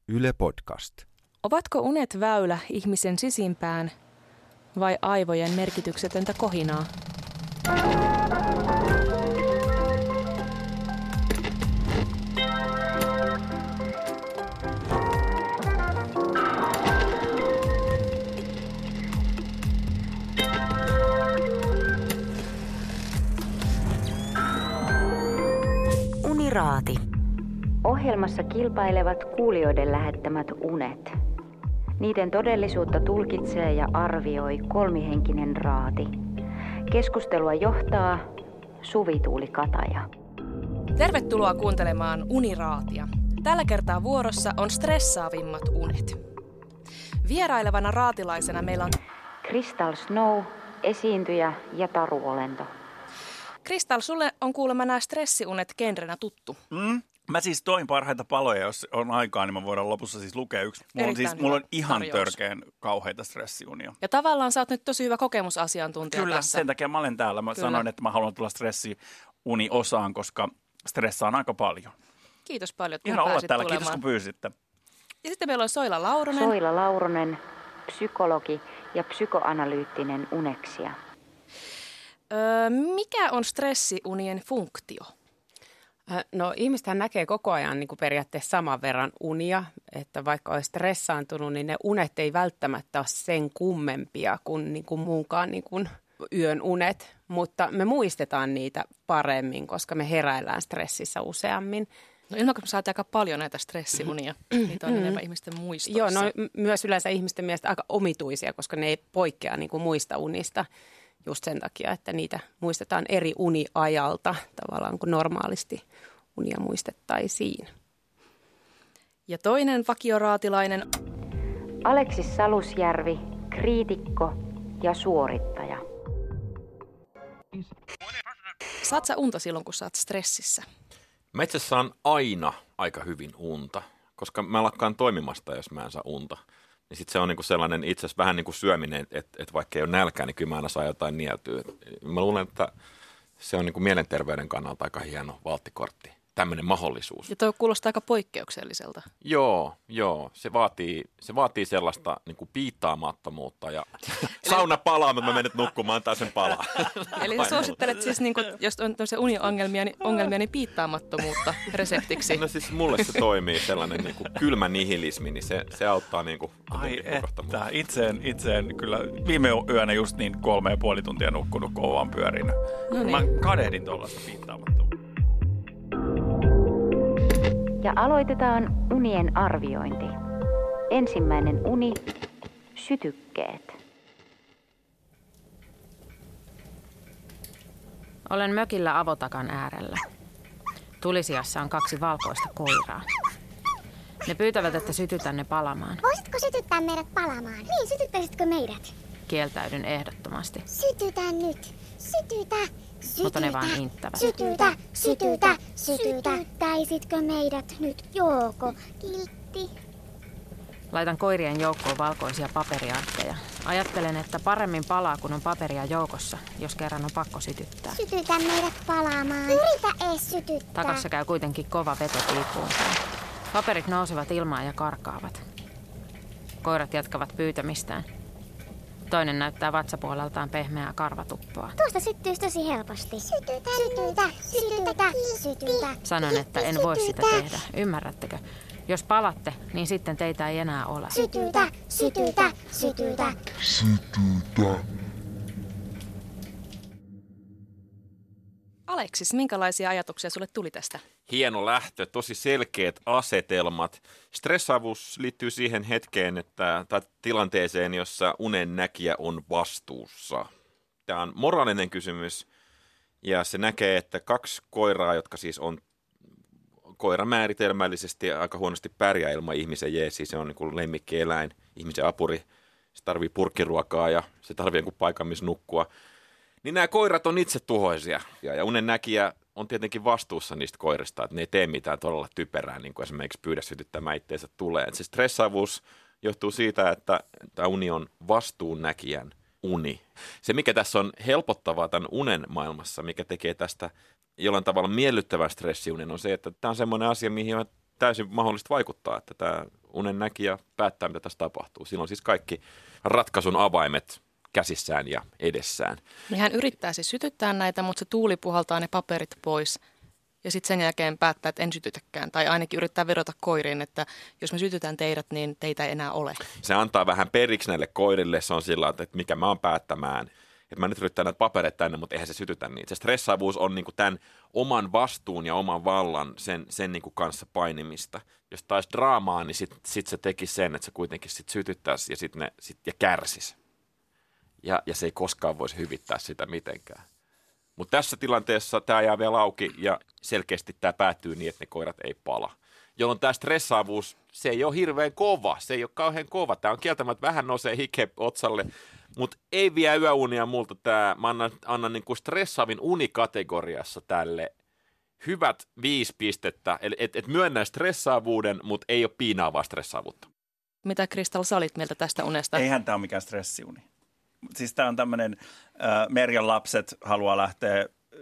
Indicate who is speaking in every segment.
Speaker 1: Yle Podcast.
Speaker 2: Ovatko unet väylä ihmisen sisimpään vai aivojen merkityksetöntä kohinaa?
Speaker 3: Uniraati. Ohjelmassa kilpailevat kuulijoiden lähettämät unet. Niiden todellisuutta tulkitsee ja arvioi kolmihenkinen raati. Keskustelua johtaa Suvi-Tuuli Kataja.
Speaker 2: Tervetuloa kuuntelemaan Uniraatia. Tällä kertaa vuorossa on stressaavimmat unet. Vierailevana raatilaisena meillä on
Speaker 3: Crystal Snow, esiintyjä ja taruolento.
Speaker 2: Crystal, sulle on kuulemma nämä stressiunet genrenä tuttu.
Speaker 4: Mä siis toin parhaita paloja, jos on aikaa, niin mä voidaan lopussa siis lukea yksi. Mulla on ihan törkeän kauheita stressiunia.
Speaker 2: Ja tavallaan sä oot nyt tosi hyvä kokemusasiantuntija
Speaker 4: Kyllä,
Speaker 2: tässä.
Speaker 4: sen takia mä olen täällä. Mä sanoin, että mä haluan tulla stressiuni-osaan, koska stressaan aika paljon.
Speaker 2: Kiitos paljon, kun
Speaker 4: Ihan olla
Speaker 2: pääsit
Speaker 4: täällä,
Speaker 2: tulemaan.
Speaker 4: kiitos kun pyysitte.
Speaker 2: Ja sitten meillä on Soila Lauronen.
Speaker 3: Soila Lauronen, psykologi ja psykoanalyyttinen uneksia.
Speaker 2: Mikä on stressiunien funktio?
Speaker 5: No ihmistähän näkee koko ajan niin kuin periaatteessa saman verran unia, että vaikka olisi stressaantunut, niin ne unet ei välttämättä ole sen kummempia kuin, muunkaan niin kuin yön unet, mutta me muistetaan niitä paremmin, koska me heräillään stressissä useammin.
Speaker 2: No ilman, me saatiin aika paljon näitä stressiunia. Niitä on enemmän ihmisten muistoissa.
Speaker 5: Joo, no myös yleensä ihmisten mielestä aika omituisia, koska ne ei poikkea niin kuin muista unista. Just sen takia, että niitä muistetaan eri uniajalta tavallaan kuin normaalisti unia muistettaisiin.
Speaker 2: Ja toinen vakioraatilainen
Speaker 3: Aleksis Salusjärvi, kriitikko ja suorittaja.
Speaker 2: Saat sä unta silloin, kun sä oot stressissä?
Speaker 6: Mä itse asiassa saan aina aika hyvin unta, koska mä lakkaan toimimasta, jos mä en saa unta. Niin sitten se on niinku sellainen itse asiassa vähän niin kuin syöminen, että vaikka ei ole nälkää, niin kyllä mä aina saa jotain nieltyä. Mä luulen, että se on niinku mielenterveyden kannalta aika hieno valttikortti, tämmöinen mahdollisuus.
Speaker 2: Ja toi kuulostaa aika poikkeukselliselta.
Speaker 6: Joo, se vaatii sellaista niinku piittaamattomuutta ja sauna palaa, mutta mä menen nyt nukkumaan taas sen palaa.
Speaker 2: Eli sä suosittelet siis, niin kun, jos on tämmöisiä uniongelmia, niin piittaamattomuutta reseptiksi.
Speaker 6: No siis mulle se toimii sellainen niinku kylmä nihilismi, niin se auttaa niinku
Speaker 4: Että itse en kyllä viime yönä just niin 3,5 tuntia nukkunut, kun vaan pyörin.
Speaker 2: No niin.
Speaker 4: Mä kadehdin tuollaista piittaamattomuutta.
Speaker 3: Ja aloitetaan unien arviointi. Ensimmäinen uni, sytykkeet.
Speaker 7: Olen mökillä avotakan äärellä. Tulisijassa on 2 valkoista koiraa. Ne pyytävät, että sytytän ne palamaan.
Speaker 8: Voisitko sytyttää meidät palamaan? Niin, sytyttäisitkö meidät?
Speaker 7: Kieltäydyn ehdottomasti.
Speaker 8: Sytytä nyt. Sytytä.
Speaker 7: Mutta ne vaan inttävät.
Speaker 8: Sytytä. Sytyttäisitkö meidät nyt, Jouko? Kiltti.
Speaker 7: Laitan koirien joukkoon valkoisia paperiarkkeja. Ajattelen, että paremmin palaa, kun on paperia joukossa, jos kerran on pakko sytyttää.
Speaker 8: Sytytä meidät palaamaan. Yritä ees sytyttää.
Speaker 7: Takassa käy kuitenkin kova veto piippuunsaan. Paperit nousevat ilmaan ja karkaavat. Koirat jatkavat pyytämistään. Toinen näyttää vatsapuoleltaan pehmeää karvatuppoa.
Speaker 8: Tuosta syttyisi tosi helposti. Sytytä.
Speaker 7: Sanon, että en voi sitä tehdä. Ymmärrättekö? Jos palatte, niin sitten teitä ei enää ole.
Speaker 8: Sytytä.
Speaker 2: Aleksis, minkälaisia ajatuksia sulle tuli tästä?
Speaker 6: Hieno lähtö, tosi selkeät asetelmat. Stressaavuus liittyy siihen hetkeen, tai tilanteeseen, jossa unen näkijä on vastuussa. Tämä on moraalinen kysymys, ja se näkee, että 2 koiraa, jotka siis on koiramääritelmällisesti aika huonosti pärjää ilman ihmisen jeesi. Se on niin kuin lemmikkieläin, ihmisen apuri. Se tarvii purkkiruokaa ja se tarvii jonkun paikan, missä nukkua. Niin nämä koirat on itse tuhoisia. Ja unen näkijä on tietenkin vastuussa niistä koirista, että ne ei tee mitään todella typerää, niin kuin esimerkiksi pyydä sytyttämään itteensä tulee. Se stressaavuus johtuu siitä, että tämä uni on vastuunnäkijän uni. Se, mikä tässä on helpottavaa tämän unen maailmassa, mikä tekee tästä jollain tavalla miellyttävän stressiunen, on se, että tämä on semmoinen asia, mihin täysin mahdollista vaikuttaa, että tämä unen näkijä päättää, mitä tässä tapahtuu. Silloin siis kaikki ratkaisun avaimet käsissään ja edessään.
Speaker 2: Niin hän yrittää siis sytyttää näitä, mutta se tuuli puhaltaa ne paperit pois. Ja sitten sen jälkeen päättää, että en sytytäkään. Tai ainakin yrittää vedota koiriin, että jos me sytytään teidät, niin teitä ei enää ole.
Speaker 6: Se antaa vähän periksi näille koirille. Se on sillä, että mikä mä oon päättämään. Että mä nyt yrittän näitä papereita tänne, mutta eihän se sytytä niitä. Se stressaavuus on niinku tämän oman vastuun ja oman vallan sen niinku kanssa painimista. Jos taisi draamaa, niin sit se teki sen, että se kuitenkin sit sytyttäisi ja kärsisi. Ja se ei koskaan voisi hyvittää sitä mitenkään. Mutta tässä tilanteessa tämä jää vielä auki ja selkeästi tämä päättyy niin, että ne koirat ei pala. Jolloin tämä stressaavuus, se ei ole hirveän kova, se ei ole kauhean kova. Tämä on kieltämättä vähän nousee hike otsalle, mutta ei vie yöunia multa tämä. Mä annan niin kuin stressaavin unikategoriassa tälle hyvät 5 pistettä. Eli et myönnä stressaavuuden, mutta ei ole piinaavaa stressaavuutta.
Speaker 2: Mitä Kristal, sä olit mieltä tästä unesta?
Speaker 4: Eihän tämä ole mikään stressiuni. Siis tämä on tämmöinen, Merjan lapset haluaa lähteä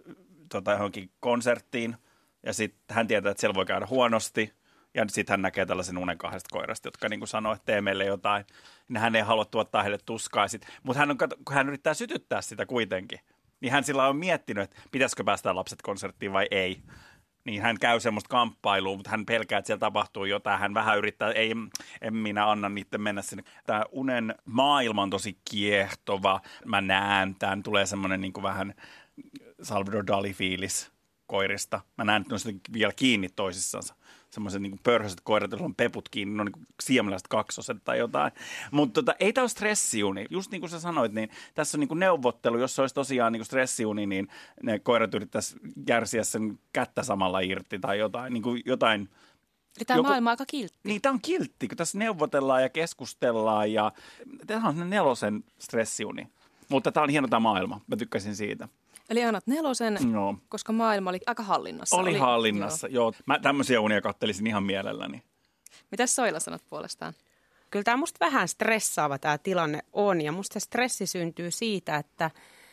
Speaker 4: johonkin konserttiin ja sitten hän tietää, että siellä voi käydä huonosti ja sitten hän näkee tällaisen unen 2 koirasta, jotka niin kuin sanoo, että tee meille jotain. Ja hän ei halua tuottaa heille tuskaa. Mutta kun hän yrittää sytyttää sitä kuitenkin, niin hän sillä on miettinyt, että pitäisikö päästä lapset konserttiin vai ei. Niin hän käy semmoista kamppailua, mutta hän pelkää, että siellä tapahtuu jotain. Hän vähän yrittää, en minä anna niiden mennä sinne. Tämä unen maailma on tosi kiehtova. Mä näen tämän. Tulee semmoinen niin kuin vähän Salvador Dali-fiilis koirista. Mä näen, että ne on sitten vielä kiinni toisissansa. Semmoiset niin pörhöiset koirat, joilla on peput kiinni. Ne on niin siemeläiset kaksoset tai jotain. Mutta ei tämä ole stressiuni. Just niin kuin sä sanoit, niin tässä on niin kuin neuvottelu. Jos se olisi tosiaan niin kuin stressiuni, niin ne koirat yrittäisi kärsiä sen kättä samalla irti tai jotain. Niin kuin jotain.
Speaker 2: Eli tämä maailma on aika kiltti.
Speaker 4: Niin, tämä on kiltti, kun tässä neuvotellaan ja keskustellaan. Ja tämä on 4 stressiuni. Mutta tämä on hieno tämä maailma. Mä tykkäsin siitä.
Speaker 2: Eli annat 4, koska maailma oli aika hallinnassa.
Speaker 4: Oli hallinnassa, joo. Mä tämmöisiä unia kattelisin ihan mielelläni.
Speaker 2: Mitäs Soila sanot puolestaan?
Speaker 5: Kyllä tämä musta vähän stressaava tämä tilanne on ja musta se stressi syntyy siitä, että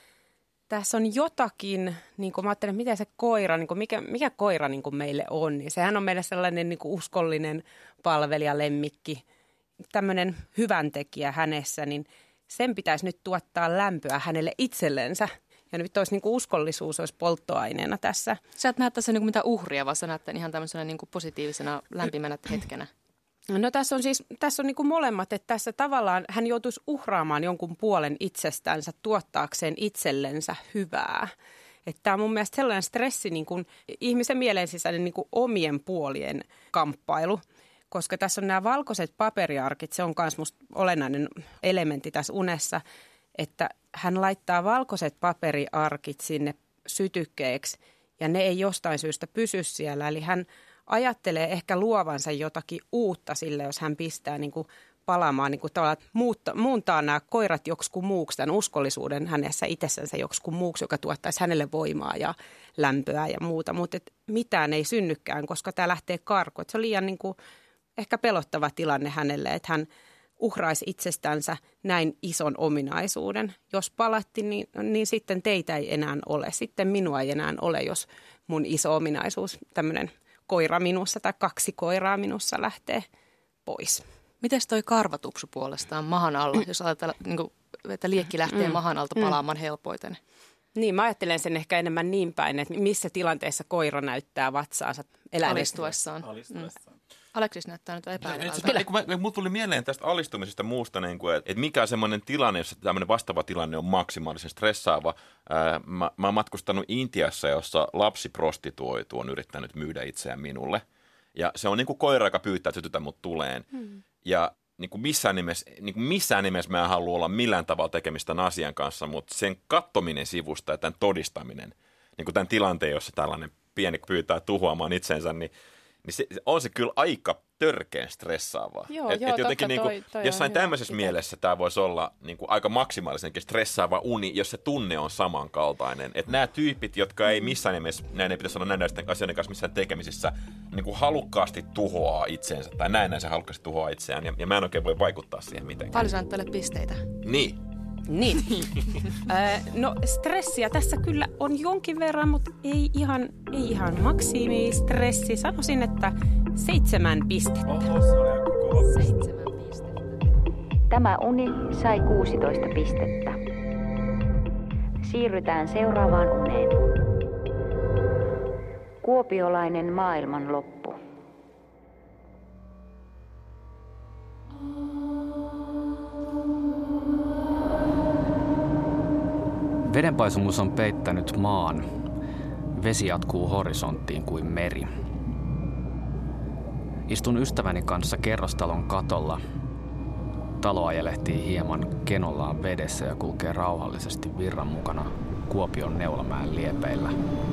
Speaker 5: tässä on jotakin, niin kuin mä ajattelen, miten se koira, niin kuin mikä koira niin kuin meille on. Niin sehän on meille sellainen niin kuin uskollinen palvelija, lemmikki, tämmöinen hyväntekijä hänessä, niin sen pitäisi nyt tuottaa lämpöä hänelle itsellensä. Ja nyt olisi niin kuin uskollisuus olisi polttoaineena tässä.
Speaker 2: Sä et näe tässä niin kuin mitään uhria, vaan sä näet ihan tämmöisenä niin kuin positiivisena lämpimänä hetkenä.
Speaker 5: No tässä on niin kuin molemmat, että tässä tavallaan hän joutuisi uhraamaan jonkun puolen itsestänsä tuottaakseen itsellensä hyvää. Että tämä on mun mielestä sellainen stressi, niin kuin ihmisen mielen sisäinen niin kuin omien puolien kamppailu. Koska tässä on nämä valkoiset paperiarkit, se on myös musta olennainen elementti tässä unessa, että hän laittaa valkoiset paperiarkit sinne sytykkeeksi ja ne ei jostain syystä pysy siellä. Eli hän ajattelee ehkä luovansa jotakin uutta sille, jos hän pistää niin kuin palaamaan, niin kuin tavallaan muuntaa nämä koirat joksikun muuksi, tämän uskollisuuden hänessä itsessänsä joksikun muuksi, joka tuottaisi hänelle voimaa ja lämpöä ja muuta. Mutta mitään ei synnykään, koska tämä lähtee karkuun. Se on liian niin kuin ehkä pelottava tilanne hänelle, että hän uhraisi itsestänsä näin ison ominaisuuden. Jos palatti, niin sitten teitä ei enää ole. Sitten minua ei enää ole, jos mun iso ominaisuus, tämmöinen koira minussa tai 2 koiraa minussa lähtee pois.
Speaker 2: Mites toi karvatupsu puolestaan mahan alla, jos ajatellaan, että liekki lähtee mahan alta palaamaan helpoiten?
Speaker 5: Niin, mä ajattelen sen ehkä enemmän niin päin, että missä tilanteessa koira näyttää vatsaansa
Speaker 2: alistuessaan. Aleksis näyttää nyt epäilevältä.
Speaker 6: Mulla tuli mieleen tästä alistumisesta muusta, että mikä on semmoinen tilanne, jossa tämmöinen vastaava tilanne on maksimaalisen stressaava. Mä oon matkustanut Intiassa, jossa lapsiprostituoitu on yrittänyt myydä itseään minulle. Ja se on niin kuin koira, joka pyytää, että sytytä mut tuleen. Ja niin kuin missään nimessä mä en halua olla millään tavalla tekemistä tämän asian kanssa, mutta sen katsominen sivusta ja tämän todistaminen, niin kuin tämän tilanteen, jossa tällainen pieni pyytää tuhoamaan itsensä, niin se on se kyllä aika törkeän stressaavaa.
Speaker 5: Joo, jotenkin
Speaker 6: niin kuin, jossain tämmöisessä mielessä tämä voisi olla niin kuin aika maksimaalisenkin stressaava uni, jos se tunne on samankaltainen. Että nämä tyypit, jotka ei missään nimessä, näin ei pitäisi olla näiden asioiden kanssa missään tekemisissä, niin kuin halukkaasti tuhoaa itseensä, tai näin se halukkaasti tuhoaa itseään, ja mä en oikein voi vaikuttaa siihen mitenkään.
Speaker 2: Paljon sä tälle pisteitä?
Speaker 6: Niin.
Speaker 5: No stressiä tässä kyllä on jonkin verran, mutta ei ihan maksimistressi. Sanoisin, että 7 pistettä.
Speaker 4: Oho, se oli aika kova.
Speaker 2: 7 pistettä.
Speaker 3: Tämä uni sai 16 pistettä. Siirrytään seuraavaan uneen. Kuopiolainen maailmanloppu.
Speaker 1: Vedenpaisumus on peittänyt maan. Vesi jatkuu horisonttiin kuin meri. Istun ystäväni kanssa kerrostalon katolla. Talo ajelehtii hieman kenollaan vedessä ja kulkee rauhallisesti virran mukana Kuopion Neulamäen liepeillä.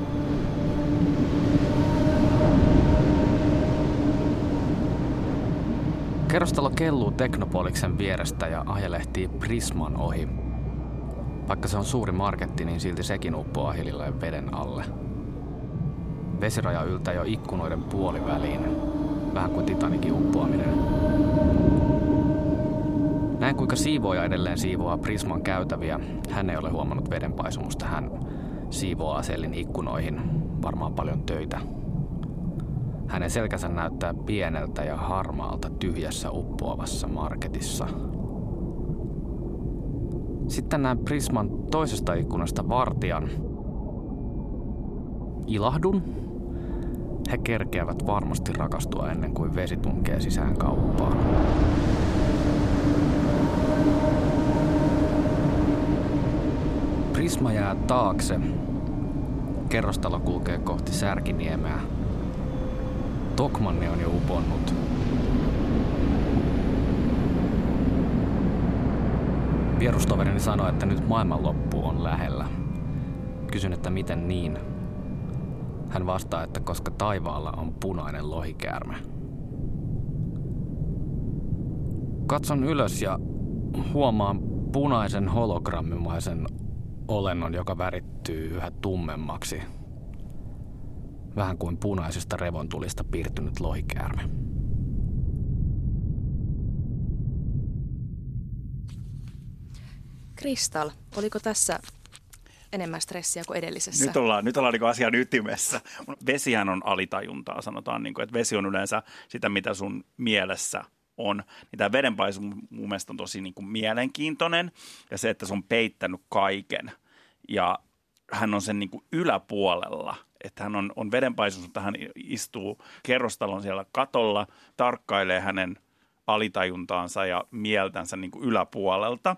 Speaker 1: Kerrostalo kelluu Teknopoliksen vierestä ja ajelehtii Prisman ohi. Vaikka se on suuri marketti, niin silti sekin uppoaa hiljalleen veden alle. Vesiraja yltää jo ikkunoiden puoliväliin, vähän kuin Titanikin uppoaminen. Näen kuinka siivooja edelleen siivoaa Prisman käytäviä. Hän ei ole huomannut vedenpaisumusta. Hän siivoaa sellin ikkunoihin. Varmaan paljon töitä. Hänen selkänsä näyttää pieneltä ja harmaalta tyhjässä uppoavassa marketissa. Sitten näen Prisman toisesta ikkunasta vartijan. Ilahdun. He kerkeävät varmasti rakastua ennen kuin vesi tunkee sisään kauppaan. Prisma jää taakse. Kerrostalo kulkee kohti Särkiniemeä. Tokmanni on jo uponnut. Vierustoverini sanoi, että nyt maailmanloppu on lähellä. Kysyn, että miten niin. Hän vastaa, että koska taivaalla on punainen lohikäärme. Katson ylös ja huomaan punaisen hologrammimaisen olennon, joka värittyy yhä tummemmaksi. Vähän kuin punaisesta revontulista piirtynyt lohikäärme.
Speaker 2: Kristal, oliko tässä enemmän stressiä kuin edellisessä?
Speaker 4: Nyt ollaan niin kuin asian ytimessä. Vesihän on alitajuntaa, sanotaan, niin kuin, että vesi on yleensä sitä, mitä sun mielessä on. Niin tämä vedenpaisu mun mielestä on tosi niin kuin mielenkiintoinen ja se, että se on peittänyt kaiken ja hän on sen niin kuin yläpuolella. Että hän on vedenpaisunut, että hän istuu kerrostalon siellä katolla, tarkkailee hänen alitajuntaansa ja mieltänsä niin kuin yläpuolelta.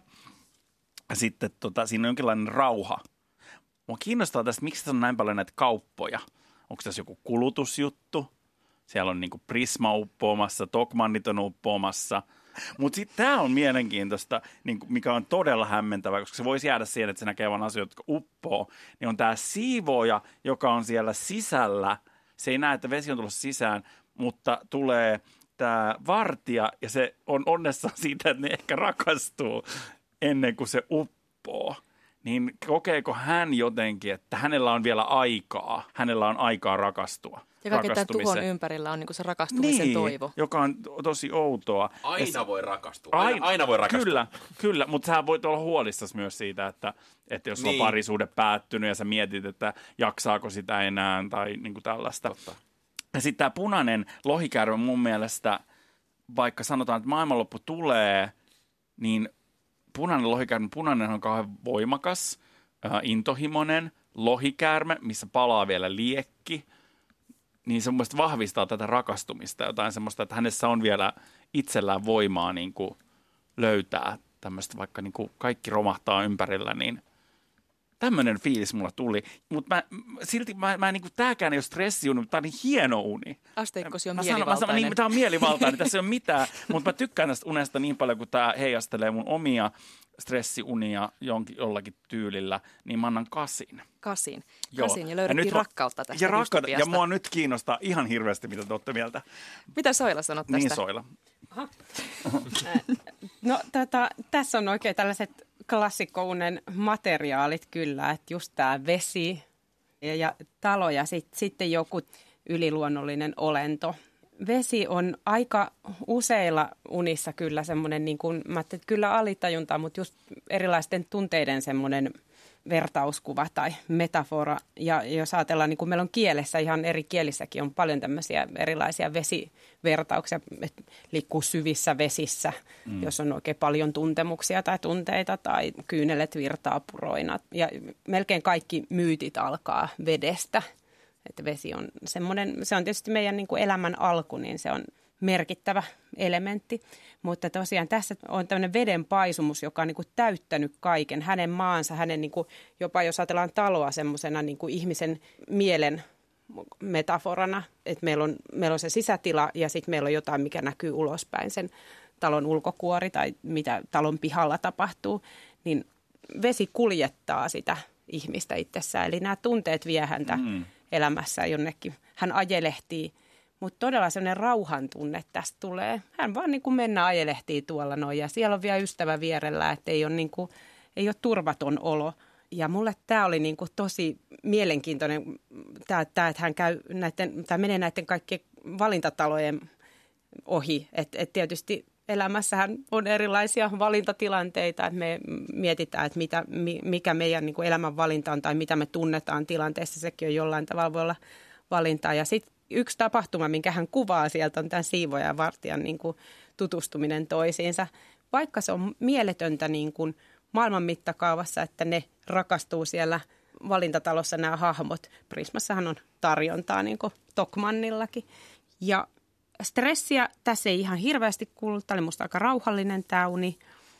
Speaker 4: Ja sitten siinä on jonkinlainen rauha. Mua kiinnostaa tästä, miksi tässä on näin paljon näitä kauppoja. Onko tässä joku kulutusjuttu? Siellä on niin kuin Prisma uppoamassa, Tokmannit on uppoamassa. Mutta sitten tämä on mielenkiintoista, niin kuin mikä on todella hämmentävää, koska se voisi jäädä siihen, että se näkee vain asioita, jotka uppoo. Niin on tämä siivooja, joka on siellä sisällä. Se ei näe, että vesi on tullut sisään, mutta tulee tämä vartija ja se on onnessaan siitä, että ne ehkä rakastuu ennen kuin se uppoo. Niin kokeeko hän jotenkin, että hänellä on vielä aikaa, hänellä on aikaa rakastua.
Speaker 2: Ja kaiken tämän tuhon ympärillä on niin kuin se rakastumisen toivo.
Speaker 4: Joka on tosi outoa.
Speaker 6: Aina voi rakastua. Aina voi rakastua.
Speaker 4: Kyllä, mutta sä voit olla huolissasi myös siitä, että jos on parisuhde päättynyt ja sä mietit, että jaksaako sitä enää tai niin kuin tällaista.
Speaker 6: Totta.
Speaker 4: Ja sitten tämä punainen lohikäärme mun mielestä, vaikka sanotaan, että maailmanloppu tulee, niin punainen lohikäärme, punainen on kauhean voimakas, intohimoinen lohikäärme, missä palaa vielä liekki. Niin se mun mielestä vahvistaa tätä rakastumista, jotain semmoista, että hänessä on vielä itsellään voimaa niin kuin löytää tämmöistä, vaikka niin kuin kaikki romahtaa ympärillä, niin tämmöinen fiilis mulla tuli. Mutta silti mä niin kuin, tääkään ei ole stressiuni, mutta tää on niin hieno uni.
Speaker 2: Asteikkosi on mielivaltainen.
Speaker 4: Niin, tää on mielivaltainen, tässä ei ole mitään, mutta mä tykkään tästä unesta niin paljon, kun tää heijastelee mun omia stressiunia jollakin tyylillä, niin mä annan 8.
Speaker 2: 8 ja löydettiin rakkautta tästä dystopiasta.
Speaker 4: Ja mua nyt kiinnostaa ihan hirveästi, mitä te olette mieltä.
Speaker 2: Mitä Soila sanot tästä?
Speaker 4: Niin Soila.
Speaker 5: No tässä on oikein tällaiset klassikkounen materiaalit kyllä, että just tämä vesi ja talo ja sitten joku yliluonnollinen olento. Vesi on aika useilla unissa kyllä semmoinen, niin kuin, mä ajattelin, että kyllä alitajuntaa, mutta just erilaisten tunteiden semmoinen vertauskuva tai metafora. Ja jos ajatellaan, niin kuin meillä on kielessä, ihan eri kielissäkin on paljon tämmöisiä erilaisia vesivertauksia, että liikkuu syvissä vesissä, jos on oikein paljon tuntemuksia tai tunteita tai kyynelet virtaa puroina. Ja melkein kaikki myytit alkaa vedestä. Että vesi on semmoinen, se on tietysti meidän niin kuin elämän alku, niin se on merkittävä elementti. Mutta tosiaan tässä on tämmöinen veden paisumus, joka on niin kuin täyttänyt kaiken. Hänen maansa, hänen niin kuin, jopa jos ajatellaan taloa semmoisena niin kuin ihmisen mielen metaforana, että meillä on se sisätila ja sitten meillä on jotain, mikä näkyy ulospäin, sen talon ulkokuori tai mitä talon pihalla tapahtuu, niin vesi kuljettaa sitä ihmistä itsessään. Eli nämä tunteet vie häntä elämässä jonnekin. Hän ajelehtii, mutta todella sellainen rauhan tunne tästä tulee. Hän vaan niin kuin mennä ajelehtii tuolla noin ja siellä on vielä ystävä vierellä, että ei ole, niin kuin, ei ole turvaton olo. Ja mulle tämä oli niin kuin tosi mielenkiintoinen, että hän menee näiden kaikkien valintatalojen ohi. Että tietysti elämässähän on erilaisia valintatilanteita, että me mietitään, että mikä meidän niin kuin elämän valinta on tai mitä me tunnetaan tilanteessa. Sekin on jollain tavalla voi olla valintaa. Ja sitten yksi tapahtuma, minkä hän kuvaa sieltä, on tämän siivoajan ja vartijan niin kuin tutustuminen toisiinsa. Vaikka se on mieletöntä niin kuin maailman mittakaavassa, että ne rakastuu siellä valintatalossa nämä hahmot. Prismassahan on tarjontaa niin kuin Tokmannillakin. Ja stressiä tässä ei ihan hirveästi kuulu. Tämä oli musta aika rauhallinen tämä uni.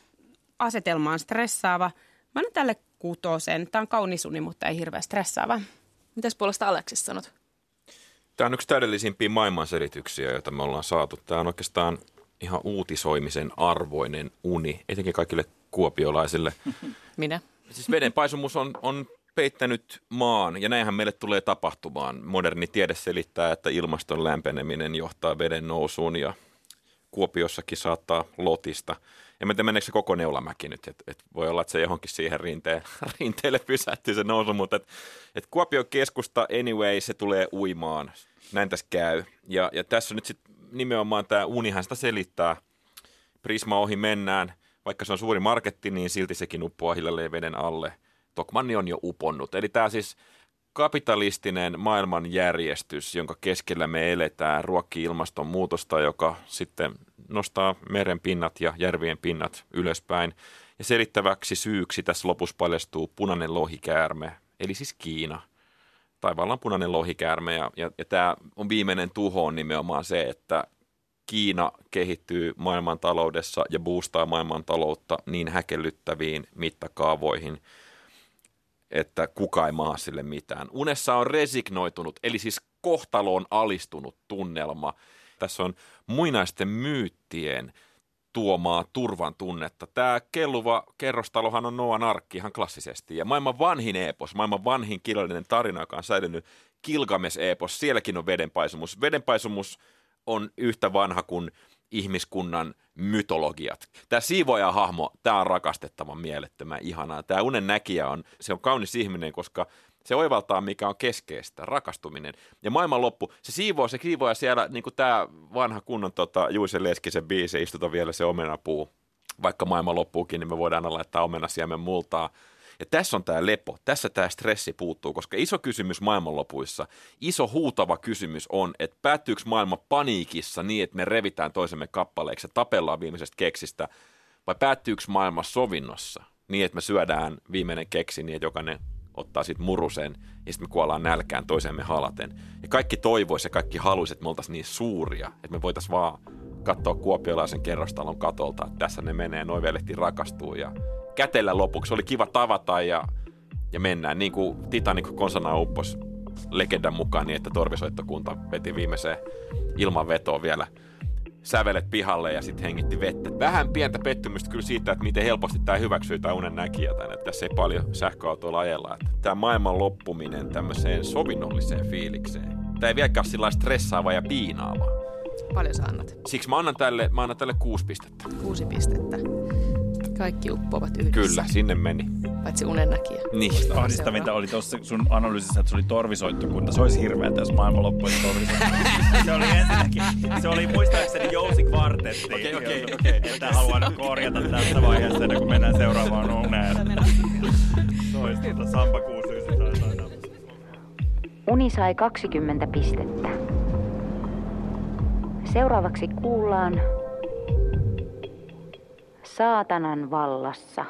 Speaker 5: Asetelma on stressaava. Mä annan tälle 6. Tämä on kaunis uni, mutta ei hirveän stressaava.
Speaker 2: Mitäs puolesta Aleksis sanot?
Speaker 6: Tämä on yksi täydellisimpiä maailmanselityksiä, joita me ollaan saatu. Tämä on oikeastaan ihan uutisoimisen arvoinen uni, etenkin kaikille kuopiolaisille.
Speaker 2: Minä?
Speaker 6: Siis vedenpaisumus on peittänyt maan, ja näinhän meille tulee tapahtumaan. Moderni tiede selittää, että ilmaston lämpeneminen johtaa veden nousuun, ja Kuopiossakin saattaa lotista. En tiedä, meneekö se koko Neulamäki nyt, että voi olla, että se johonkin siihen rinteelle pysähtyy se nousu, mutta et Kuopion keskusta anyway, se tulee uimaan. Näin tässä käy. Ja tässä nyt sitten nimenomaan tämä unihan sitä selittää. Prisma ohi mennään, vaikka se on suuri marketti, niin silti sekin uppoaa hiljalleen veden alle. Tokmanni on jo uponnut. Eli tämä siis kapitalistinen maailmanjärjestys, jonka keskellä me eletään, ruokkii ilmastonmuutosta, joka sitten nostaa meren pinnat ja järvien pinnat ylöspäin. Ja selittäväksi syyksi tässä lopussa paljastuu punainen lohikäärme, eli siis Kiina. Taivaalla on punainen lohikäärme ja tämä on viimeinen tuho on nimenomaan se, että Kiina kehittyy maailmantaloudessa ja boostaa maailmantaloutta niin häkellyttäviin mittakaavoihin, että kukaan ei maa sille mitään. Unessa on resignoitunut, eli siis kohtaloon alistunut tunnelma. Tässä on muinaisten myyttien tuomaa turvan tunnetta. Tämä kelluva kerrostalohan on Noan arkki ihan klassisesti. Ja maailman vanhin epos, maailman vanhin kirjallinen tarina, joka on säilynyt, Gilgamesh-epos, sielläkin on vedenpaisumus. Vedenpaisumus on yhtä vanha kuin ihmiskunnan mytologiat. Tämä siivoaja-hahmo, tämä on rakastettavan mielettömän ihanaa. Tämä unen näkijä se on kaunis ihminen, koska se oivaltaa, mikä on keskeistä, rakastuminen. Ja maailmanloppu, se siivooja siellä, niin kuin tämä vanha kunnon Juise Leskisen biisi, istuta vielä se omenapuu. Vaikka maailman loppuukin, niin me voidaan laittaa omenasiemen multaa. Ja tässä on tämä lepo, tässä tämä stressi puuttuu, koska iso kysymys maailmanlopuissa, iso huutava kysymys on, että päättyykö maailma paniikissa niin, että me revitään toisemme kappaleeksi ja tapellaan viimeisestä keksistä, vai päättyykö maailma sovinnossa niin, että me syödään viimeinen keksi niin, että jokainen ottaa sitten murusen ja sitten me kuollaan nälkään toisemme halaten. Ja kaikki toivoisi ja kaikki haluaisi, että me oltaisiin niin suuria, että me voitaisiin vaan katsoa kuopiolaisen kerrostalon katolta, että tässä ne menee, noi velehti rakastuu ja kätellä lopuksi. Oli kiva tavata ja mennään. Niin kuin Titanic konsana uppos legendan mukaan niin, että torvisoittokunta veti viimeiseen ilmanvetoon vielä sävelet pihalle ja sitten hengitti vettä. Vähän pientä pettymystä kyllä siitä, että miten helposti tämä hyväksyy tämä unen näkijä tänne. Että tässä ei paljon sähköautoilla ajella. Että tämä maailman loppuminen tämmöiseen sovinnolliseen fiilikseen. Tämä ei vieläkään ole sillä stressaava ja piinaava.
Speaker 2: Paljon sä annat?
Speaker 6: Siksi mä annan tälle 6 pistettä.
Speaker 2: 6 pistettä. Kaikki uppoavat yhdessä.
Speaker 6: Kyllä, sinne meni.
Speaker 2: Paitsi unennäkijä.
Speaker 6: Niin.
Speaker 4: Ahdistavinta oli tuossa sun analyysissä, että se oli torvisoittokunta. Se olisi hirveätä, jos maailman loppuisi torvisoittokunta. Se oli ensinnäkin, se oli muistaakseni Jousi-kvartetti.
Speaker 6: Okei.
Speaker 4: Että haluan korjata tässä vaiheessa, kun mennään seuraavaan uneen. Se olisi Sampa 69 tai
Speaker 3: Uni sai 20 pistettä. Seuraavaksi kuullaan Saatanan vallassa.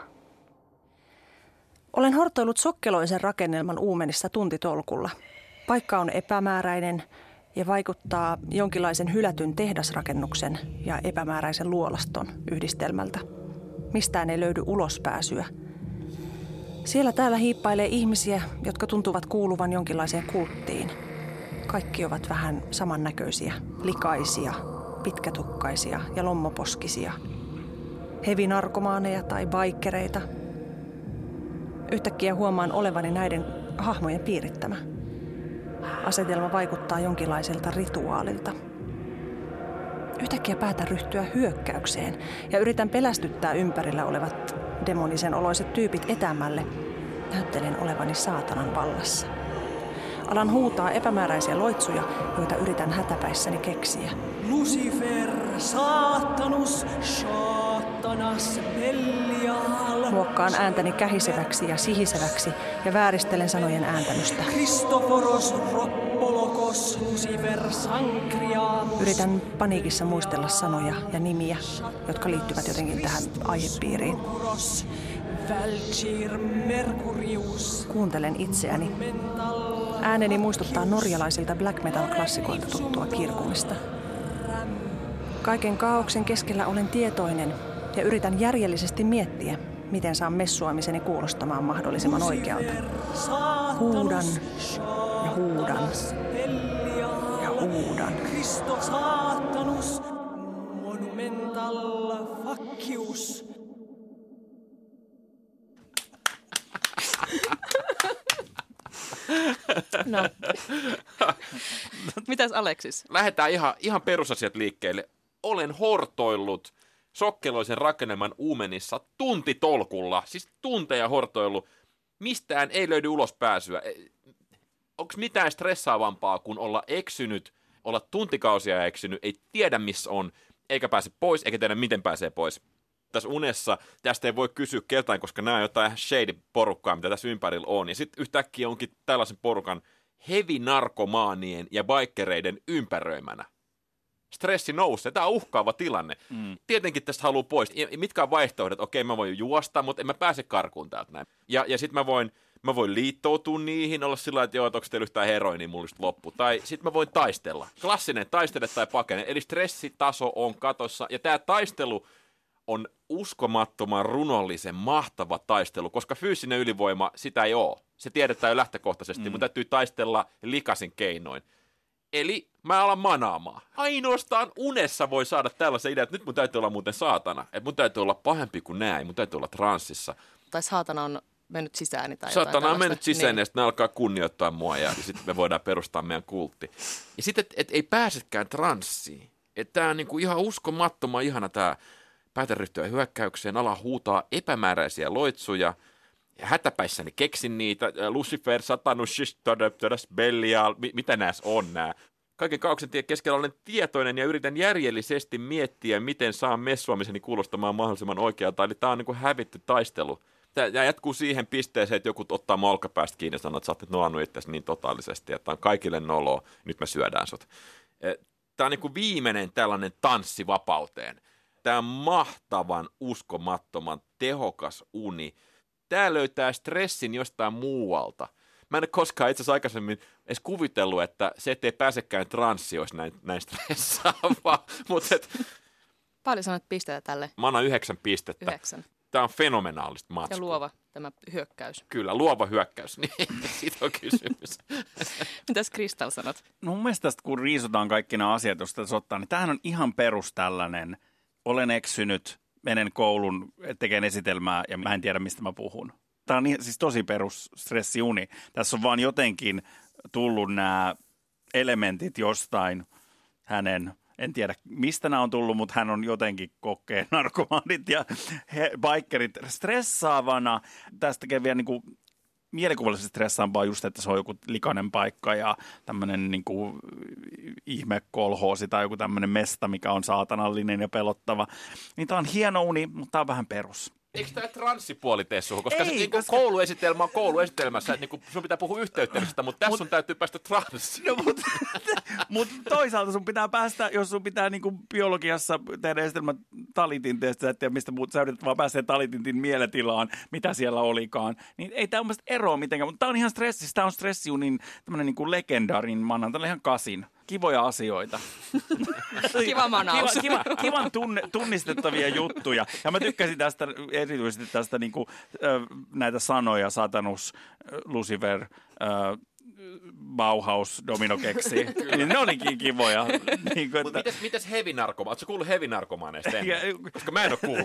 Speaker 9: Olen hortoillut sokkeloisen rakennelman uumenissa tuntitolkulla. Paikka on epämääräinen ja vaikuttaa jonkinlaisen hylätyn tehdasrakennuksen ja epämääräisen luolaston yhdistelmältä. Mistään ei löydy ulospääsyä. Siellä täällä hiippailee ihmisiä, jotka tuntuvat kuuluvan jonkinlaiseen kulttiin. Kaikki ovat vähän samannäköisiä, likaisia, pitkätukkaisia ja lommoposkisia. Hevinarkomaaneja tai baikkereita. Yhtäkkiä huomaan olevani näiden hahmojen piirittämä. Asetelma vaikuttaa jonkinlaiselta rituaalilta. Yhtäkkiä päätän ryhtyä hyökkäykseen ja yritän pelästyttää ympärillä olevat demonisen oloiset tyypit etämälle. Näyttelen olevani saatanan vallassa. Alan huutaa epämääräisiä loitsuja, joita yritän hätäpäissäni keksiä.
Speaker 10: Lucifer, Saatanus, Saatanas, Belial.
Speaker 9: Muokkaan ääntäni kähiseväksi ja sihiseväksi ja vääristelen sanojen ääntämystä.
Speaker 10: Christoforos, Roppolokos, Lucifer, Sankria.
Speaker 9: Yritän paniikissa muistella sanoja ja nimiä, jotka liittyvät jotenkin tähän aihepiiriin.
Speaker 10: Valkyr, Mercurius.
Speaker 9: Kuuntelen itseäni. Ääneni muistuttaa norjalaisilta black metal-klassikoilta tuttua kirkumista. Kaiken kaaoksen keskellä olen tietoinen ja yritän järjellisesti miettiä, miten saan messuamiseni kuulostamaan mahdollisimman oikealta. Huudan ja huudan ja huudan.
Speaker 10: Christo Saatanus, Monumental Faccius.
Speaker 2: No. Mitäs Aleksis?
Speaker 6: Lähdetään ihan perusasiat liikkeelle. Olen hortoillut sokkeloisen rakennelman uumenissa tuntitolkulla. Siis tunteja hortoillut. Mistään ei löydy ulospääsyä. Onko mitään stressaavampaa kuin olla eksynyt, olla tuntikausia eksynyt, ei tiedä missä on, eikä pääse pois, eikä tiedä miten pääsee pois. Tässä unessa tästä ei voi kysyä keltain, koska nämä on jotain shady-porukkaa, mitä tässä ympärillä on. Ja sitten yhtäkkiä onkin tällaisen porukan heavy-narkomaanien ja baikkereiden ympäröimänä. Stressi nousee. Tämä on uhkaava tilanne. Tietenkin tästä haluaa pois. Mitkä on vaihtoehdot? Okei, mä voin juosta, mutta en mä pääse karkuun täältä näin. Ja sitten mä voin liittoutua niihin, olla sillä lailla, että joo, että onko teillä yhtään heroinia, mulla just loppu. Tai sitten mä voin taistella. Klassinen taistele tai pakene. Eli stressitaso on katossa. Ja tämä taistelu on uskomattoman runollisen mahtava taistelu, koska fyysinen ylivoima, sitä ei ole. Se tiedetään jo lähtökohtaisesti, mutta täytyy taistella likasin keinoin. Eli mä alan manaamaan. Ainoastaan unessa voi saada tällaisen idean, että nyt mun täytyy olla muuten saatana. Että mun täytyy olla pahempi kuin nää, mun täytyy olla transsissa.
Speaker 2: Tai saatana on mennyt sisääni tai
Speaker 6: saatana on mennyt sisään
Speaker 2: niin.
Speaker 6: Ja sitten ne alkaa kunnioittaa mua ja sitten me voidaan perustaa meidän kultti. Ja sitten, että ei pääsekään transsiin. Että tää on niinku ihan uskomattoman ihana tää. Päätän ryhtyä hyökkäykseen, ala huutaa epämääräisiä loitsuja. Hätäpäissäni keksin niitä. Lucifer, Satanus, Belial, mitä näissä on nää. Kaiken kaaoksen keskellä olen tietoinen ja yritän järjellisesti miettiä, miten saan messuamiseni kuulostamaan mahdollisimman oikealta. Eli tää on niinku hävitty taistelu. Tämä jatkuu siihen pisteeseen, että joku ottaa mua olkapäästä kiinni ja sanoo, että sä oot nyt noannut itsesi niin totaalisesti, että on kaikille noloa, nyt me syödään sut. Tämä on niinku viimeinen tällainen tanssi vapauteen. Tämä on mahtavan, uskomattoman, tehokas uni. Tämä löytää stressin jostain muualta. Mä en ole koskaan itse asiassa aikaisemmin edes kuvitellut, että se, ettei pääsekään transsi, olisi näin stressaavaa.
Speaker 2: Paljon sanot pisteitä tälle?
Speaker 6: Mä annan 9 pistettä.
Speaker 2: 9.
Speaker 6: Tämä on fenomenaalista matskua.
Speaker 2: Ja luova tämä hyökkäys.
Speaker 6: Kyllä, luova hyökkäys. Niin, siitä on kysymys.
Speaker 2: Mitäs Kristal sanot?
Speaker 4: No mun mielestä tästä, kun riisutaan kaikki nämä asiat, joista tässä ottaa, niin tämähän on ihan perus tällainen. Olen eksynyt, menen koulun, tekemään esitelmää ja mä en tiedä, mistä mä puhun. Tämä on siis tosi perus stressiuni. Tässä on vaan jotenkin tullut nämä elementit jostain hänen, en tiedä mistä nämä on tullut, mutta hän on jotenkin kokee narkomaanit ja baikerit stressaavana. Tästä tekee vielä niin kuin mielikuvallisesti stressaampaa just, että se on joku likainen paikka ja tämmöinen niin kuin ihmekolhoosi tai joku tämmöinen mesta, mikä on saatanallinen ja pelottava. Niin tämä on hieno uni, mutta tämä on vähän perus.
Speaker 6: Eikö tämä transsipuoli tee suhun? Koska se kouluesitelmä on kouluesitelmässä, että niin sun pitää puhua yhteyttämisestä, mutta tässä sun täytyy päästä transsiin.
Speaker 4: No, mutta toisaalta sun pitää päästä, jos sun pitää niinku biologiassa tehdä esitelmä talitinteestä, että mistä muut sä yrität vaan päästä talitintin mieletilaan, mitä siellä olikaan, niin ei tämä mun eroa mitenkään. Mutta tämä on ihan stressissä, tämä on stressiunin tämmöinen niinku legendaarin, mä annan tälle ihan 8. Kivoja asioita.
Speaker 2: Kiva manaus.
Speaker 4: Kivan tunnistettavia juttuja. Ja mä tykkäsin tästä, erityisesti tästä niinku, näitä sanoja, satanus, Lucifer, Bauhaus, dominokeksi. Niin ne olikin kivoja. Niin kuin,
Speaker 6: että... Mites heavy-narkomaan? Ootko kuullut heavy-narkomaanista ennen? Koska mä en ole kuullut.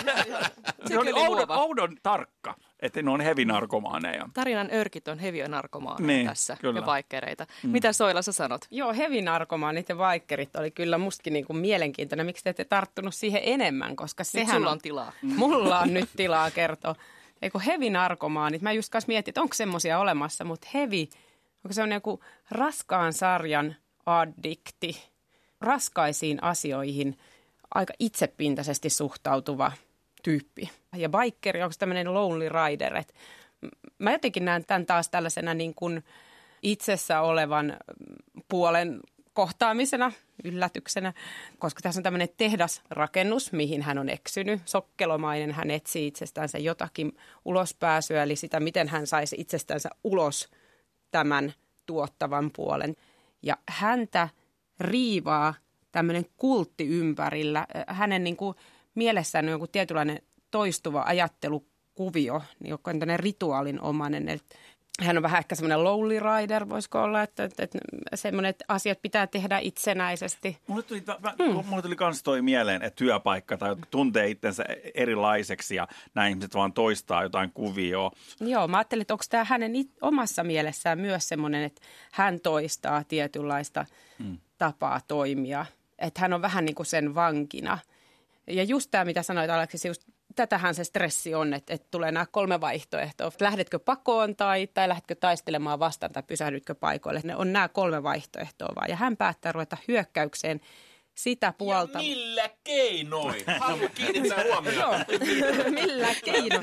Speaker 4: Se oli oudon tarkka, että ne on heavy-narkomaaneja.
Speaker 2: Tarinan örkit on heavy-narkomaaneja tässä kyllä. Ja vaikkereita. Mitä Soila sä sanot?
Speaker 5: Joo, heavy-narkomaanit ja vaikkerit oli kyllä mustakin niin kuin mielenkiintoinen. Miksi te ette tarttunut siihen enemmän? Koska sehän
Speaker 2: sulla on tilaa.
Speaker 5: Mulla on nyt tilaa kertoa. Eikö heavy-narkomaanit? Mä just kanssa mietin, että onko semmoisia olemassa, mutta heavy, onko se on joku raskaan sarjan addikti, raskaisiin asioihin aika itsepintaisesti suhtautuva tyyppi. Ja bikeri, onko tämmöinen lonely rider, että mä jotenkin näen tämän taas tällaisena niin kuin itsessä olevan puolen kohtaamisena, yllätyksenä, koska tässä on tämmöinen tehdasrakennus, mihin hän on eksynyt. Sokkelomainen, hän etsii itsestänsä jotakin ulospääsyä, eli sitä, miten hän saisi itsestänsä ulos tämän tuottavan puolen. Ja häntä riivaa tämmöinen kultti ympärillä. Hänen niin kuin mielessään on joku tietynlainen toistuva ajattelukuvio, joka on tämmöinen rituaalinomainen, että hän on vähän ehkä semmoinen lonely rider, voisiko olla, että semmoinen, että asiat pitää tehdä itsenäisesti.
Speaker 4: Mulle tuli kans toi mieleen, että työpaikka tai tuntee itsensä erilaiseksi ja nämä ihmiset vaan toistaa jotain kuvioa.
Speaker 5: Joo, mä ajattelin, että onko tämä hänen omassa mielessään myös semmoinen, että hän toistaa tietynlaista tapaa toimia. Että hän on vähän niin kuin sen vankina. Ja just tämä, mitä sanoit Aleksi, just tätähän se stressi on, että tulee nämä 3 vaihtoehtoa. Lähdetkö pakoon tai lähdetkö taistelemaan vastaan tai pysähdytkö paikoille. Ne on nämä 3 vaihtoehtoa vaan. Ja hän päättää ruveta hyökkäykseen sitä puolta.
Speaker 6: Ja millä keinoin? Haluan kiinnittää huomioon.
Speaker 5: Joo, millä keinoin.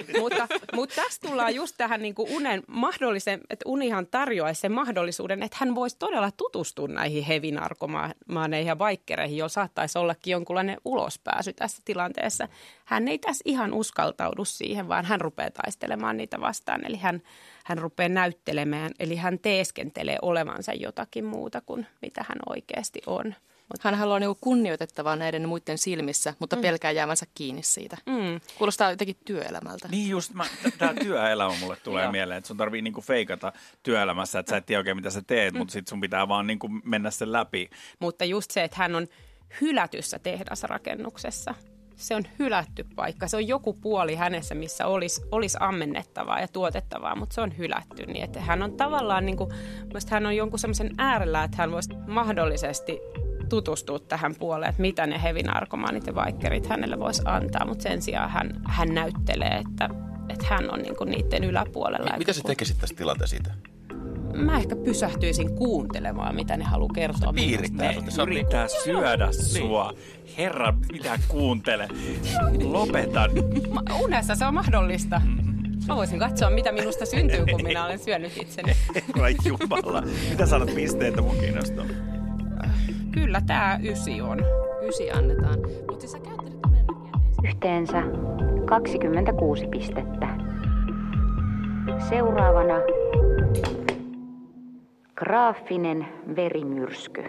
Speaker 5: Mutta tässä tullaan just tähän niin kuin unen mahdollisen, että unihan tarjoaisi sen mahdollisuuden, että hän voisi todella tutustua näihin heavy-narkomaaneihin ja vaikkereihin, joilla saattaisi ollakin jonkunlainen ulospääsy tässä tilanteessa. Hän ei tässä ihan uskaltaudu siihen, vaan hän rupeaa taistelemaan niitä vastaan. Eli hän rupeaa näyttelemään, eli hän teeskentelee olevansa jotakin muuta kuin mitä hän oikeasti on.
Speaker 2: Hän haluaa niinku kunnioitettavaa näiden muiden silmissä, mutta pelkää jäävänsä kiinni siitä. Kuulostaa jotenkin työelämältä.
Speaker 4: Niin just, tämä työelämä mulle tulee mieleen, että sun tarvii niinku feikata työelämässä, että sä et tiedä oikein mitä sä teet, mutta sit sun pitää vaan niinku mennä sen läpi.
Speaker 5: Mutta just se, että hän on hylätyssä tehdasrakennuksessa. Se on hylätty paikka. Se on joku puoli hänessä, missä olisi ammennettavaa ja tuotettavaa, mutta se on hylätty. Niin että hän on tavallaan, niin kuin, hän on jonkun semmoisen äärellä, että hän voisi mahdollisesti tutustua tähän puoleen, että mitä ne heavy-narkomaanit ja vaikkerit hänelle voisi antaa, mutta sen sijaan hän näyttelee, että hän on niinku niiden yläpuolella.
Speaker 11: Mitä sä tekisit tästä tilanteesta siitä?
Speaker 5: Mä ehkä pysähtyisin kuuntelemaan, mitä ne haluaa kertoa.
Speaker 11: Piirittää.
Speaker 4: Yrittää syödä sua. Herra, mitä kuuntele. Lopetan.
Speaker 5: Unessa se on mahdollista. Mä voisin katsoa, mitä minusta syntyy, kun minä olen syönyt itseni.
Speaker 4: Herra jumala. Mitä sanot pisteitä mun kiinnostaa?
Speaker 5: Kyllä tämä 9 on.
Speaker 2: 9 annetaan. Mutta sä käyttelet unennäkijät
Speaker 3: Yhteensä 26 pistettä. Seuraavana graafinen verimyrsky.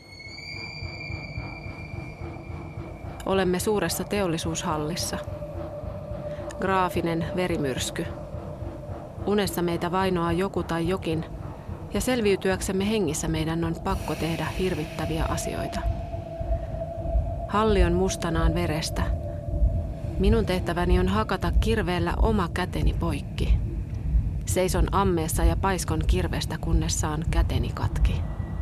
Speaker 12: Olemme suuressa teollisuushallissa. Graafinen verimyrsky. Unessa meitä vainoaa joku tai jokin, ja selviytyäksemme hengissä meidän on pakko tehdä hirvittäviä asioita. Halli on mustanaan verestä. Minun tehtäväni on hakata kirveellä oma käteni poikki. Seison ammeessa ja paiskon kirvestä, kunnes saan käteni katki.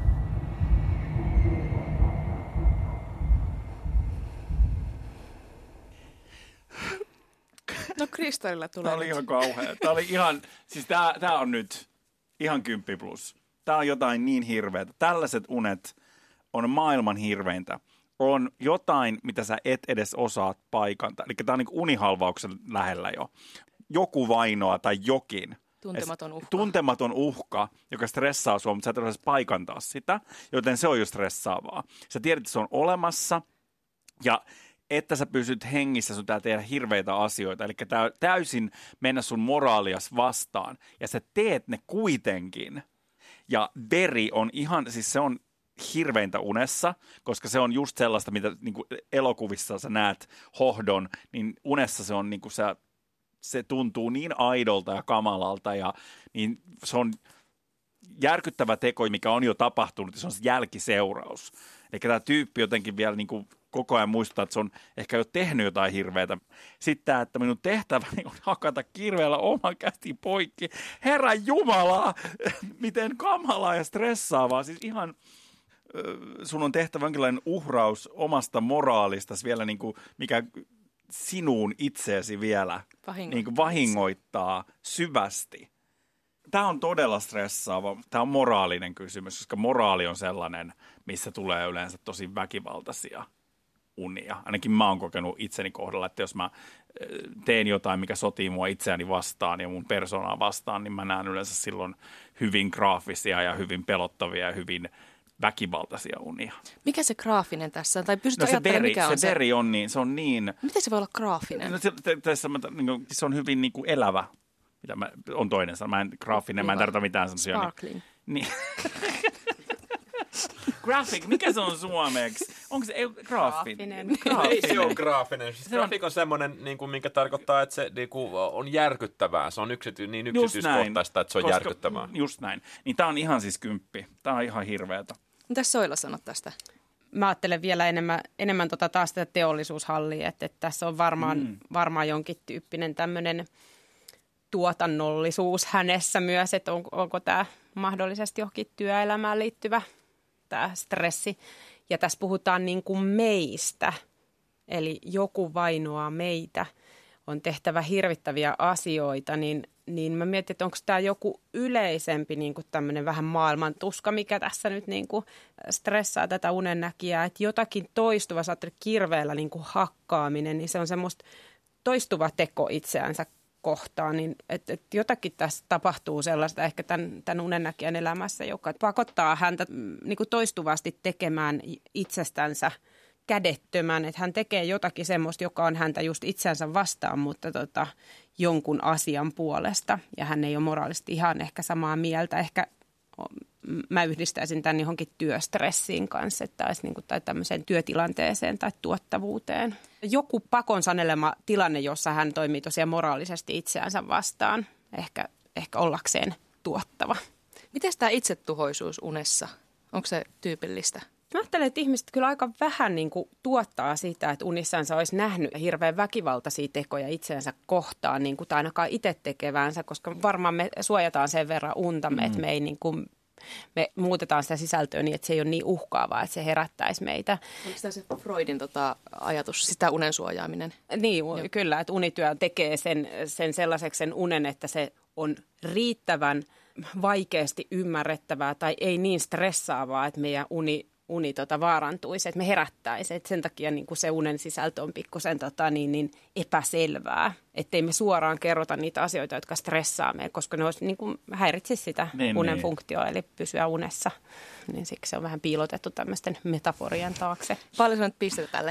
Speaker 2: No Kristallilla tulee.
Speaker 4: Tämä oli ihan kauhea. Tämä oli ihan, siis tämä on nyt ihan 10+. Tämä on jotain niin hirveätä. Tällaiset unet on maailman hirveintä. on jotain, mitä sä et edes osaat paikantaa. Eli tämä on niin unihalvauksen lähellä jo. Joku vainoa tai jokin. Tuntematon uhka, joka stressaa sua, mutta sä et osaa paikantaa sitä, joten se on jo stressaavaa. Sä tiedät, että se on olemassa ja että sä pysyt hengissä, sun tää tehdä hirveitä asioita. Eli täysin mennä sun moraalias vastaan ja sä teet ne kuitenkin. Ja veri on ihan, siis se on hirveintä unessa, koska se on just sellaista, mitä niin kuin elokuvissa sä näet hohdon, niin unessa se on niin kuin se tuntuu niin aidolta ja kamalalta ja niin se on järkyttävä teko, mikä on jo tapahtunut ja se on se jälkiseuraus. Eli tämä tyyppi jotenkin vielä niin kuin koko ajan muistaa, että se on ehkä jo tehnyt jotain hirveätä. Sitten tämä, että minun tehtäväni on hakata kirveellä oman käsi poikki. Herra Jumala, miten kamalaa ja stressaavaa. Siis ihan sun on tehtävä jonkinlainen uhraus omasta moraalista vielä, niin kuin, mikä sinuun itseesi vielä niin kuin vahingoittaa syvästi. Tämä on todella stressaava. Tämä on moraalinen kysymys, koska moraali on sellainen, missä tulee yleensä tosi väkivaltaisia unia. Ainakin mä oon kokenut itseni kohdalla, että jos mä teen jotain, mikä sotii mua itseäni vastaan ja mun persoonaa vastaan, niin mä näen yleensä silloin hyvin graafisia ja hyvin pelottavia ja hyvin väkivaltaisia unia.
Speaker 2: Mikä se graafinen tässä on? Tai pystytkö ajattelemaan, mikä on
Speaker 4: se? Veri on niin, se on niin...
Speaker 2: Miten se voi olla graafinen?
Speaker 4: No, se on hyvin niin kuin elävä. Mitä on toinen sana. Mä en graafinen, mä en tarvita mitään semmoisia.
Speaker 2: Sparkling.
Speaker 4: Niin. Graphic, mikä se on suomeksi? Onko se graafinen?
Speaker 6: Ei se on graafinen. Siis graphic on semmoinen, niin kuin, minkä tarkoittaa, että se niin kuin, on järkyttävää. Se on niin yksityiskohtaista, että se on järkyttävää.
Speaker 4: Just näin. Niin tää on ihan siis 10. Tää on ihan hirveätä.
Speaker 2: Mitäs Soila sanot tästä?
Speaker 5: Mä ajattelen vielä enemmän taas tätä teollisuushallia, että tässä on varmaan jonkin tyyppinen tämmöinen tuotannollisuus hänessä myös, että onko tämä mahdollisesti johonkin työelämään liittyvä tämä stressi. Ja tässä puhutaan niin kuin meistä, eli joku vainoaa meitä, on tehtävä hirvittäviä asioita, niin mä mietin, että onko tämä joku yleisempi niin kuin tämmöinen vähän maailmantuska, mikä tässä nyt niin kuin stressaa tätä unennäkijää, että jotakin toistuva, sä ajattelet kirveellä niin kuin hakkaaminen, niin se on semmoista toistuva teko itseänsä kohtaan, niin että jotakin tässä tapahtuu sellaista ehkä tämän unennäkijän elämässä, joka pakottaa häntä niin kuin toistuvasti tekemään itsestänsä kädettömän, että hän tekee jotakin semmoista, joka on häntä just itseänsä vastaan, mutta jonkun asian puolesta, ja hän ei ole moraalisesti ihan ehkä samaa mieltä. Ehkä mä yhdistäisin tämän johonkin työstressiin kanssa, että olisi niin kuin, tai tämmöiseen työtilanteeseen tai tuottavuuteen. Joku pakon sanelema tilanne, jossa hän toimii tosiaan moraalisesti itseänsä vastaan, ehkä ollakseen tuottava.
Speaker 2: Miten tämä itsetuhoisuus unessa? Onko se tyypillistä?
Speaker 5: Mä ajattelen, että ihmiset kyllä aika vähän niin kuin tuottaa sitä, että unissansa olisi nähnyt hirveän väkivaltaisia tekoja itseänsä kohtaan, niin kuin, tai ainakaan itse tekevänsä, koska varmaan me suojataan sen verran untamme, että me ei niin kuin, me muutetaan sitä sisältöä niin, että se ei ole niin uhkaavaa, että se herättäisi meitä.
Speaker 2: Onko tämä se Freudin ajatus, sitä unen suojaaminen?
Speaker 5: Niin, kyllä, että unityö tekee sen sellaiseksi sen unen, että se on riittävän vaikeasti ymmärrettävää tai ei niin stressaavaa, että meidän uni vaarantuisi, että me herättäisi. Että sen takia niin kuin se unen sisältö on pikkusen niin epäselvää, ettei me suoraan kerrota niitä asioita, jotka stressaa meitä, koska ne olisi, niin kuin häiritsisi sitä unen funktioa, eli pysyä unessa. Niin siksi se on vähän piilotettu tämmöisten metaforien taakse.
Speaker 2: Paljon sinä pistetä tälle?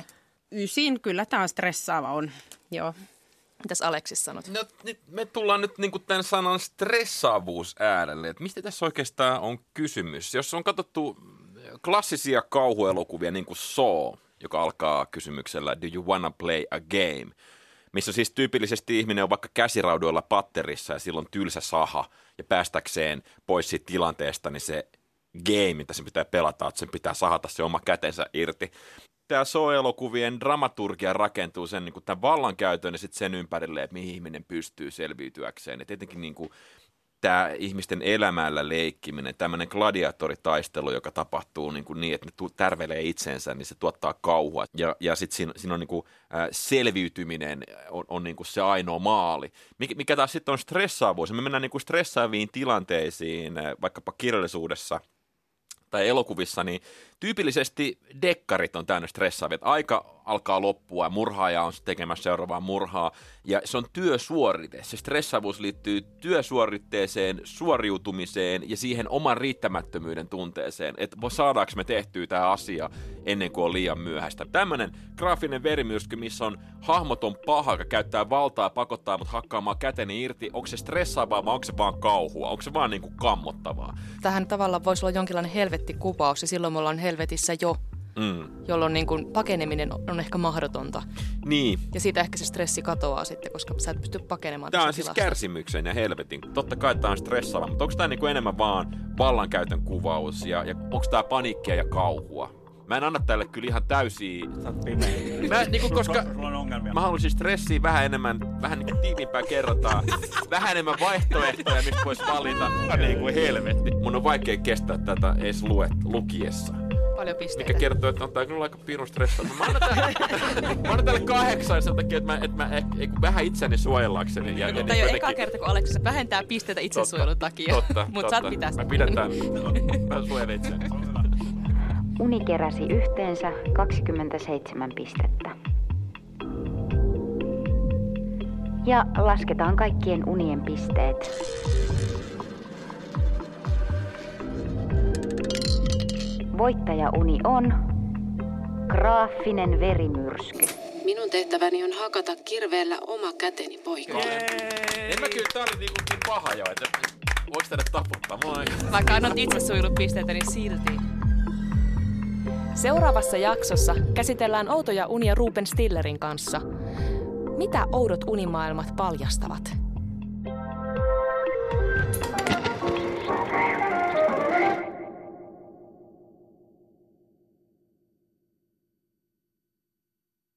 Speaker 5: 9, kyllä tämä on stressaava on, joo.
Speaker 2: Mitäs Aleksis sanot?
Speaker 6: No, me tullaan nyt niin kuin tämän sanan stressaavuus äärelle, että mistä tässä oikeastaan on kysymys? Jos on katsottu klassisia kauhuelokuvia, niin kuin Saw, joka alkaa kysymyksellä Do you wanna play a game? Missä siis tyypillisesti ihminen on vaikka käsiraudoilla patterissa ja silloin tylsä saha ja päästäkseen pois siitä tilanteesta, niin se game, mitä sen pitää pelata, että sen pitää sahata se oma kätensä irti. Tämä Saw-elokuvien dramaturgia rakentuu sen niin kuin tämän vallankäytön ja sitten sen ympärille, että mihin ihminen pystyy selviytyäkseen. Ja tietenkin niin kuin tämä ihmisten elämällä leikkiminen, tämmöinen gladiatoritaistelu, joka tapahtuu niin, että ne tärvelee itsensä, niin se tuottaa kauhua. Ja sitten siinä on niin kuin, selviytyminen on niin kuin se ainoa maali. Mikä taas sitten on stressaavuus. Me mennään niin kuin stressaaviin tilanteisiin, vaikkapa kirjallisuudessa tai elokuvissa, niin tyypillisesti dekkarit on täynnä stressaavia. Aika alkaa loppua ja murhaaja on tekemässä seuraavaa murhaa. Ja se on työsuorite. Se stressaavuus liittyy työsuoritteeseen, suoriutumiseen ja siihen oman riittämättömyyden tunteeseen. Että saadaanko me tehtyä tämä asia ennen kuin on liian myöhäistä. Tämmöinen graafinen verimyrsky, missä on hahmoton paha, joka käyttää valtaa ja pakottaa mut hakkaamaan käteni irti. Onko se stressaavaa vai onko se vaan kauhua? Onko se vaan niin kuin kammottavaa?
Speaker 2: Tähän tavallaan voisi olla jonkinlainen helvettikuvaus ja silloin me ollaan helvetissä jo. Jolloin niin kuin pakeneminen on ehkä mahdotonta.
Speaker 6: Niin.
Speaker 2: Ja siitä ehkä se stressi katoaa sitten, koska sä et pysty pakenemaan.
Speaker 6: Tämä on siis kärsimyksen ja helvetin. Totta kai tämä on stressaava, mutta onko tämä niin kuin enemmän vaan vallankäytön kuvaus ja onko tämä paniikkia ja kauhua? Mä en anna tälle kyllä ihan täysiä.
Speaker 4: Sä oot pimeä.
Speaker 6: Koska
Speaker 4: sulla on ongelmia.
Speaker 6: mä haluaisin stressiä vähän enemmän, vähän niin kuin tiiviimpää kerrotaan. Vähän enemmän vaihtoehtoja, mistä voisi valita. Niin kuin helvetti. Mun on vaikea kestää tätä edes lukiessa.
Speaker 2: Paljon pisteitä.
Speaker 6: Mikä kertoo, että on tää kyllä aika pirun stressaava. Mä annan tälle 8 sen takia, että mä vähän itseäni suojellakseni.
Speaker 2: Tämä ei ole eka kerta, kun Aleksissa vähentää pisteitä itsesuojelun takia.
Speaker 6: Mutta
Speaker 2: saat pitää sitä.
Speaker 6: Mä pidän tämän. Mä suojelen itseäni.
Speaker 3: Uni keräsi yhteensä 27 pistettä. Ja lasketaan kaikkien unien pisteet. Voittajauni on graafinen verimyrsky.
Speaker 12: Minun tehtäväni on hakata kirveellä oma käteni poikille.
Speaker 6: En mä kyllä tarvitse niin paha jo, että voiko teidät taputtaa?
Speaker 2: Vaikka annat itsesuojelupisteitä, niin silti. Seuraavassa jaksossa käsitellään outoja unia Ruben Stillerin kanssa. Mitä oudot unimaailmat paljastavat?